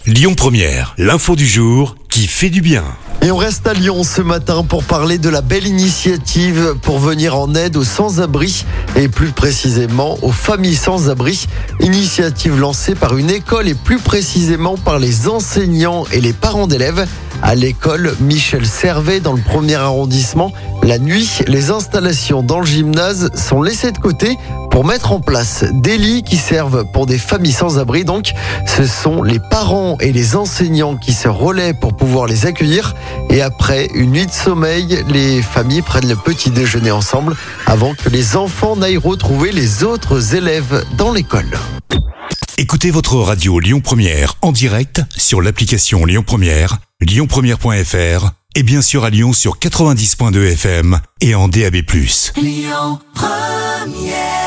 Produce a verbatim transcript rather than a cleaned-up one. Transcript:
Lyon Première, l'info du jour qui fait du bien. Et on reste à Lyon ce matin pour parler de la belle initiative pour venir en aide aux sans-abri et plus précisément aux familles sans-abri. Initiative lancée par une école et plus précisément par les enseignants et les parents d'élèves. À l'école Michel Servet dans le premier arrondissement, la nuit, les installations dans le gymnase sont laissées de côté pour mettre en place des lits qui servent pour des familles sans abri. Donc, ce sont les parents et les enseignants qui se relaient pour pouvoir les accueillir. Et après une nuit de sommeil, les familles prennent le petit déjeuner ensemble avant que les enfants n'aillent retrouver les autres élèves dans l'école. Écoutez votre radio Lyon Première en direct sur l'application Lyon Première, lyon première point f r et bien sûr à Lyon sur quatre-vingt-dix virgule deux F M et en D A B plus. Lyon Première.